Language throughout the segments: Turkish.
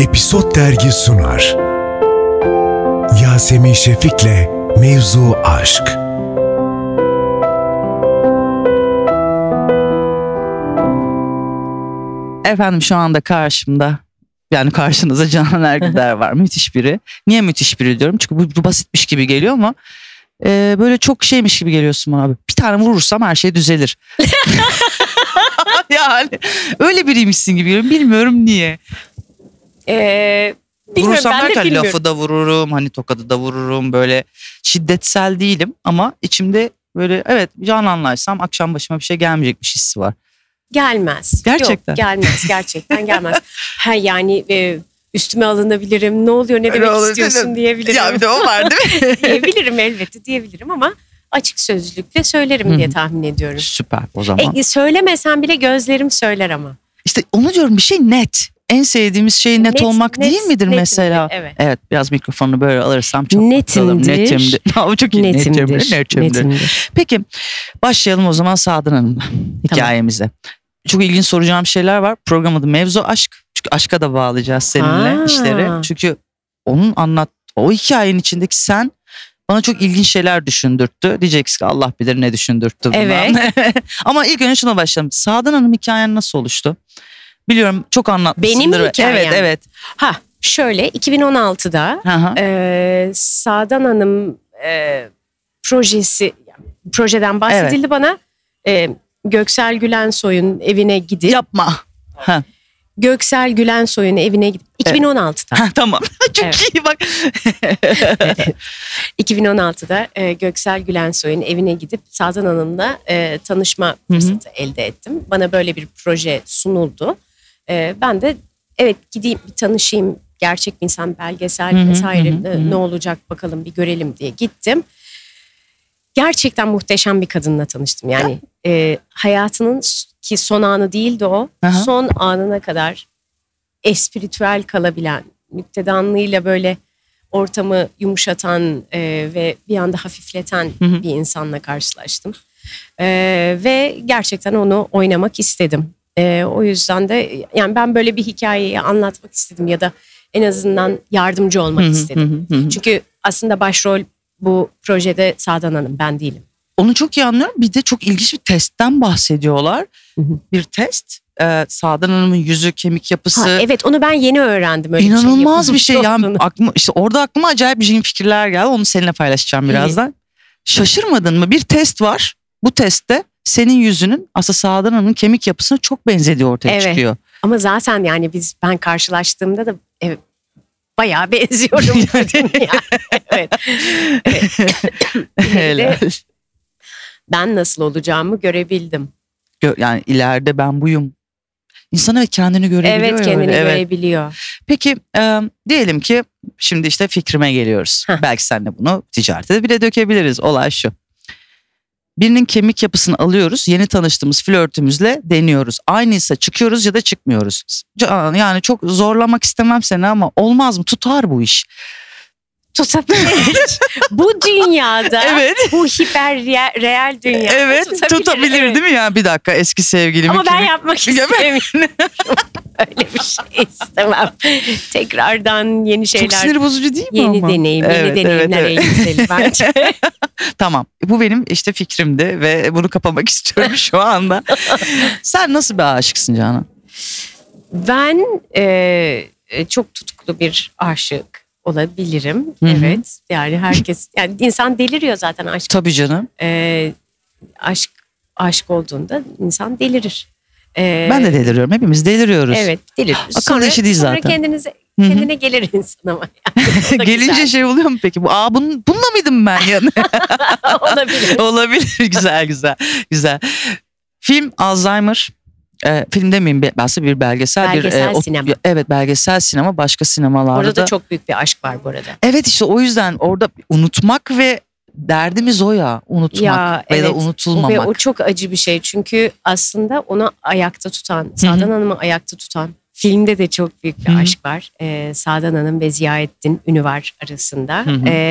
Episod Dergi sunar. Yasemin Şefik'le Mevzu Aşk. Efendim şu anda karşımda, yani karşınızda Canan Ergüder var. Müthiş biri. Niye müthiş biri diyorum? Çünkü bu basitmiş gibi geliyor ama böyle çok şeymiş gibi geliyorsun bana abi. Bir tane vurursam her şey düzelir. Yani öyle biriymişsin gibi geliyorum. Bilmiyorum niye. Vurursam ben de derken bilmiyorum. lafı da vururum, hani tokadı da vururum. Böyle şiddetsel değilim ama içimde böyle evet Canan'laysam akşam başıma bir şey gelmeyecekmiş hissi var. Gelmez. Gerçekten. Yok, gelmez. Gerçekten gelmez. Ha yani üstüme alınabilirim. Ne oluyor, ne demek istiyorsun diyebilirim. Ya bir de o var değil mi? Diyebilirim elbette diyebilirim ama açık sözlülükle söylerim diye tahmin ediyorum. Süper o zaman. Söylemesem bile gözlerim söyler ama. İşte onu diyorum, bir şey net. En sevdiğimiz şey net olmak değil midir netimdir, mesela? evet. Biraz mikrofonu böyle alırsam çok Netimdir. mutlu olurum. Netimdir. Çok iyi. Netimdir. Netimdir. Peki başlayalım o zaman Sadık Hanım'la hikayemize. Çok ilginç soracağım şeyler var. Program adı Mevzu Aşk. Çünkü aşka da bağlayacağız seninle işleri. Çünkü o hikayenin içindeki sen bana çok ilginç şeyler düşündürttü. Diyeceksin ki Allah bilir ne düşündürttü buna. Evet. Ama ilk önce şuna başlayalım. Sadık Hanım hikayen nasıl oluştu? Biliyorum çok anlatmışsındır. Benim hikayem. Evet. Şöyle 2016'da Sadan Hanım projeden bahsedildi bana. Göksel Gülensoy'un evine gidip. Yapma. Göksel Gülensoy'un evine gidip 2016'da. Tamam. Çok iyi bak. 2016'da Göksel Gülensoy'un evine gidip Sadan Hanım'la tanışma fırsatı elde ettim. Bana böyle bir proje sunuldu. Ben de evet gideyim bir tanışayım, gerçek bir insan, belgesel vesaire ne olacak bakalım bir görelim diye gittim. Gerçekten muhteşem bir kadınla tanıştım. Yani hayatının ki son anı değildi o. Son anına kadar espiritüel kalabilen, nüktedanlığıyla böyle ortamı yumuşatan ve bir anda hafifleten bir insanla karşılaştım. Ve gerçekten onu oynamak istedim. O yüzden de yani ben böyle bir hikayeyi anlatmak istedim ya da en azından yardımcı olmak istedim. Çünkü aslında başrol bu projede Sadan Hanım, ben değilim. Onu çok iyi anlıyorum. Bir de çok ilginç bir testten bahsediyorlar. Bir test. Sadan Hanım'ın yüzü, kemik yapısı. Evet, onu ben yeni öğrendim. Öyle İnanılmaz bir şey. Yani orada aklıma acayip bir fikirler geldi. Onu seninle paylaşacağım birazdan. Şaşırmadın mı? Bir test var. Bu testte senin yüzünün aslında Sadan Hanım'ın kemik yapısına çok benzediği ortaya çıkıyor. Ama zaten yani ben karşılaştığımda da bayağı benziyorum. Evet. Ben nasıl olacağımı görebildim. Yani ileride ben buyum. İnsan kendini görebiliyor. Evet, kendini görebiliyor. Peki diyelim ki şimdi işte fikrime geliyoruz. Belki seninle bunu ticarete de bile dökebiliriz. Olay şu. Birinin kemik yapısını alıyoruz. Yeni tanıştığımız flörtümüzle deniyoruz. Aynıysa çıkıyoruz ya da çıkmıyoruz. Yani çok zorlamak istemem seni ama olmaz mı? Tutar bu iş. Tutabilir. Bu dünyada, bu hiper real dünyada tutabilir değil mi ya? Bir dakika, eski sevgilimi. Ama ben yapmak istemiyorum. Öyle bir şey istemem. Tekrardan yeni şeyler. Çok sinir bozucu değil mi yeni ama? Yeni deneyimler eğlenceli bence. Tamam, bu benim işte fikrimdi ve bunu kapamak istiyorum şu anda. Sen nasıl bir aşıksın Canan? Ben çok tutkulu bir aşık olabilirim. Evet. Yani herkes, yani insan deliriyor zaten aşk. Tabii canım. Aşk olduğunda insan delirir. Ben de deliriyorum. Hepimiz deliriyoruz. Evet, deliriyoruz. Akıllı işi değil zaten. Sonra kendine gelir insan ama. Yani. Gelince güzel. Şey oluyor mu peki? Bununla mıydım ben yani? Olabilir. Olabilir. Güzel. Film Alzheimer. Film demeyeyim, aslında bir belgesel. Sinema. Evet, belgesel sinema, başka sinemalarda. Orada da çok büyük bir aşk var bu arada. Evet, işte o yüzden orada unutmak ve derdimiz o ya, unutmak ya da unutulmamak. Ve o çok acı bir şey çünkü aslında onu ayakta tutan, Sadan Hanım'ı ayakta tutan, filmde de çok büyük bir aşk var. Sadan Hanım ve Ziyaettin Ünüvar arasında.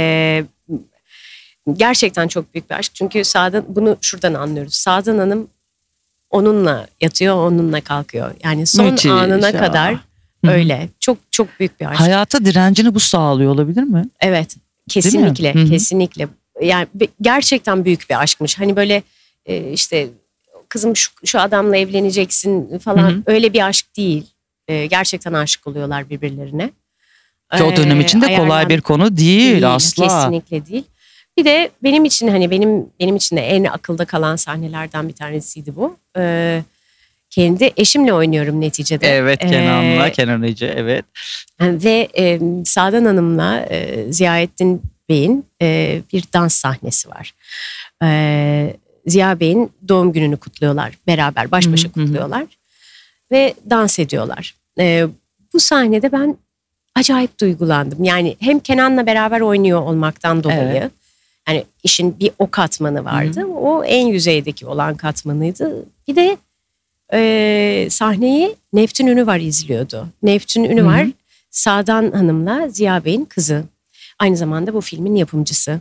Gerçekten çok büyük bir aşk çünkü bunu şuradan anlıyoruz. Sadan Hanım onunla yatıyor, onunla kalkıyor. Yani son anına kadar Hı hı. öyle. Çok çok büyük bir aşk. Hayata direncini bu sağlıyor olabilir mi? Evet, kesinlikle, Hı hı. kesinlikle. Yani gerçekten büyük bir aşkmış. Hani böyle işte kızım şu adamla evleneceksin falan, Hı hı. öyle bir aşk değil. Gerçekten aşık oluyorlar birbirlerine. Ki o dönem için de kolay Ayarlan- bir konu değil, asla. Kesinlikle değil. Bir de benim için hani benim için de en akılda kalan sahnelerden bir tanesiydi bu. Kendi eşimle oynuyorum neticede. Evet, Kenan Ece, evet. Ve Sadan Hanım'la Ziyaettin Bey'in bir dans sahnesi var. Ziya Bey'in doğum gününü kutluyorlar. Beraber baş başa Hı hı, hı hı. kutluyorlar. Ve dans ediyorlar. Bu sahnede ben acayip duygulandım. Yani hem Kenan'la beraber oynuyor olmaktan dolayı. Evet. Yani işin bir o katmanı vardı. Hı hı. O en yüzeydeki olan katmanıydı. Bir de sahneyi Neftün Ünüvar izliyordu. Neftün Ünüvar, Hı hı. Sadan Hanım'la Ziya Bey'in kızı. Aynı zamanda bu filmin yapımcısı.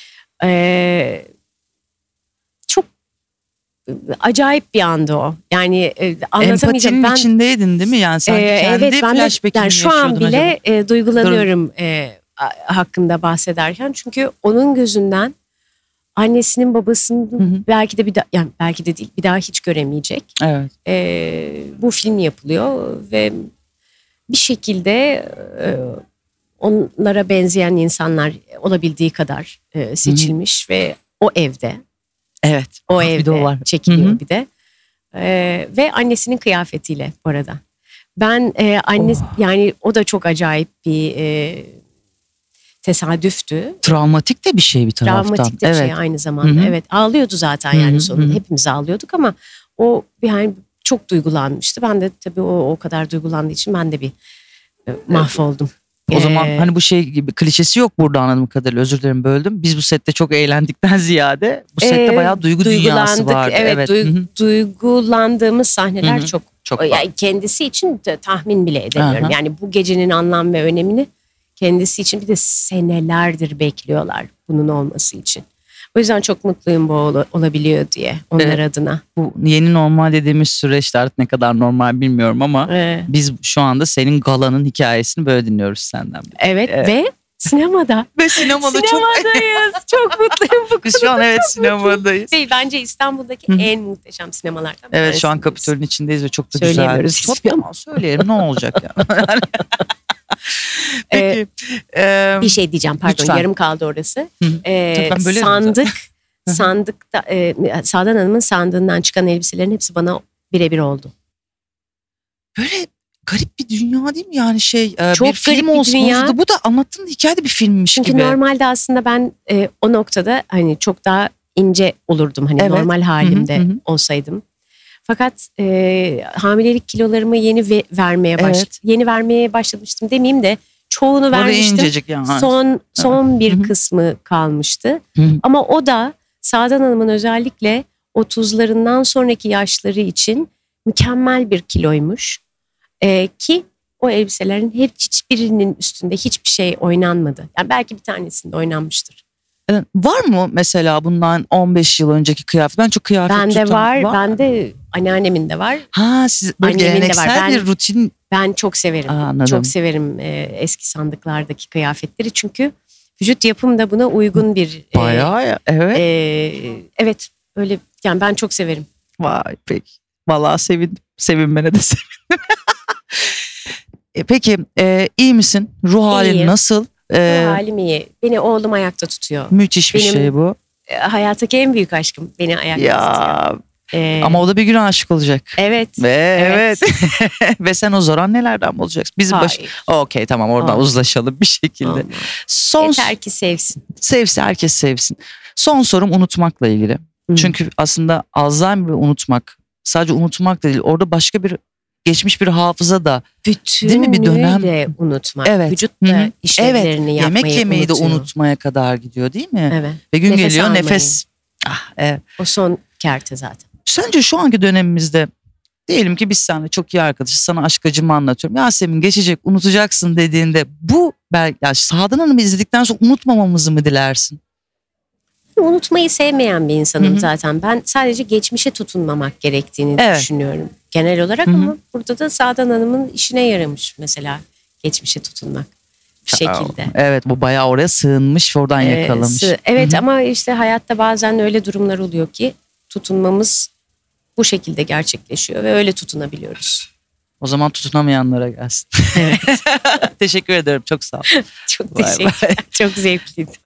Çok acayip bir andı o. Yani anlatamayacağım. Empatinin içindeydin değil mi? Yani sanki kendi evet, ben de flashback'ini yani şu an yaşıyordun bile acaba. duygulanıyorum hakkında bahsederken. Çünkü onun gözünden annesinin babasının Hı hı. belki de bir daha, yani belki de değil, bir daha hiç göremeyecek. Evet. Bu film yapılıyor ve bir şekilde onlara benzeyen insanlar olabildiği kadar seçilmiş ve o evde Evet. o Bir de o evde var. çekiliyor Hı hı. bir de. Ve annesinin kıyafetiyle bu arada. Ben yani o da çok acayip bir tesadüftü. Travmatik de bir şey bir taraftan. Travmatik de bir Evet. şey aynı zamanda. Hı hı. Evet, ağlıyordu zaten Hı hı, yani sonunda. hı hı. Hepimiz ağlıyorduk ama o yani çok duygulanmıştı. Ben de tabii o kadar duygulandığı için ben de bir mahvoldum. O zaman hani bu şey gibi klişesi yok burada anladığım kadarıyla, özür dilerim böldüm. Biz bu sette çok eğlendikten ziyade bu sette bayağı duygu dünyası vardı. Evet, Hı hı. duygulandığımız sahneler Hı hı. çok. Çok var. Yani kendisi için de tahmin bile edemiyorum. Aha. Yani bu gecenin anlam ve önemini kendisi için bir de senelerdir bekliyorlar bunun olması için. O yüzden çok mutluyum bu olabiliyor diye onlar adına. Bu yeni normal dediğimiz süreçte artık ne kadar normal bilmiyorum ama biz şu anda senin galanın hikayesini böyle dinliyoruz senden. Evet ve sinemada. Ve sinemada Sinemadayız. Çok mutluyum bu Biz şu an sinemadayız. Değil, bence İstanbul'daki Hı hı. en muhteşem sinemalardan bir Evet, şu an tanesindeyiz. Kapitol'ün içindeyiz ve çok da güzel. Söyleyemiyoruz ismi ama. Tamam, söyleyelim, ne olacak ya. Peki. Bir şey diyeceğim, pardon, lütfen. yarım kaldı orası. Hı hı. Tabii ben bölerim Sandıkta Sadan Hanım'ın sandığından çıkan elbiselerin hepsi bana birebir oldu. Böyle garip bir dünya değil mi? Yani Çok bir film garip bir olsun. dünya. Bu da anlattığın hikayede bir filmmiş Çünkü gibi. normalde aslında ben o noktada hani çok daha ince olurdum. Hani Evet. normal halimde Hı hı, hı hı. olsaydım. Fakat hamilelik kilolarımı yeni vermeye Evet. yeni vermeye başlamıştım demeyeyim de çoğunu Burada vermiştim. incecik yani. Son bir Hı hı. kısmı kalmıştı. Hı hı. Ama o da Sadan Hanım'ın özellikle 30'larından sonraki yaşları için mükemmel bir kiloymuş. Ki o elbiselerin hiçbirinin üstünde hiçbir şey oynanmadı. Yani belki bir tanesinde oynanmıştır. Var mı mesela bundan 15 yıl önceki kıyafet? Ben çok kıyafet Bende var. var. Bende anneannemin de var. Ha, siz böyle Annemin de var. geleneksel bir rutin. Ben çok severim. Anladım. Çok severim eski sandıklardaki kıyafetleri. Çünkü vücut yapım da buna uygun bir... Bayağı ya, evet. Evet, öyle yani ben çok severim. Vay, peki. Vallahi sevindim. Sevinmene de sevindim. Peki iyi misin? Ruh halin İyiyim. nasıl? Bu halim iyi. Beni oğlum ayakta tutuyor. Müthiş bir Benim şey bu. Hayattaki en büyük aşkım beni ayakta tutuyor. Ya ama o da bir gün aşık olacak. Evet. Ve Evet. ve sen o zaman nelerden bulacaksın? Bizim Hayır. Okey, tamam, oradan Olmaz. uzlaşalım bir şekilde. Olmaz. Son Yeter ki sevsin. sevse herkes sevsin. Son sorum unutmakla ilgili. Hı. Çünkü aslında Alzheimer ve unutmak sadece unutmak da değil. Orada başka bir geçmiş bir hafıza da. Değil mi? Bir dönem. Bütünüyle unutmak. Evet. Vücut Hı hı. da işlevlerini yapmayı Yemek yemeyi de unutuyor. unutmaya kadar gidiyor değil mi? Evet. Ve gün Nefes geliyor almayı. nefes. Evet. O son kerte zaten. Sence şu anki dönemimizde diyelim ki biz seninle çok iyi arkadaşız, sana aşk acımı anlatıyorum. Yasemin geçecek, unutacaksın dediğinde bu belki Sadan Hanım'ı izledikten sonra unutmamamızı mı dilersin? unutmayı sevmeyen bir insanım Hı hı. zaten. Ben sadece geçmişe tutunmamak gerektiğini Evet. düşünüyorum genel olarak, Hı hı. ama burada da Sadan Hanım'ın işine yaramış mesela geçmişe tutunmak bir şekilde. Evet, bu bayağı oraya sığınmış ve oradan yakalamış. Evet, Hı hı. ama işte hayatta bazen öyle durumlar oluyor ki tutunmamız bu şekilde gerçekleşiyor ve öyle tutunabiliyoruz. O zaman tutunamayanlara gelsin. Evet. Teşekkür ederim, çok sağ ol. Çok Vay teşekkür. vay. Çok zevkliydi.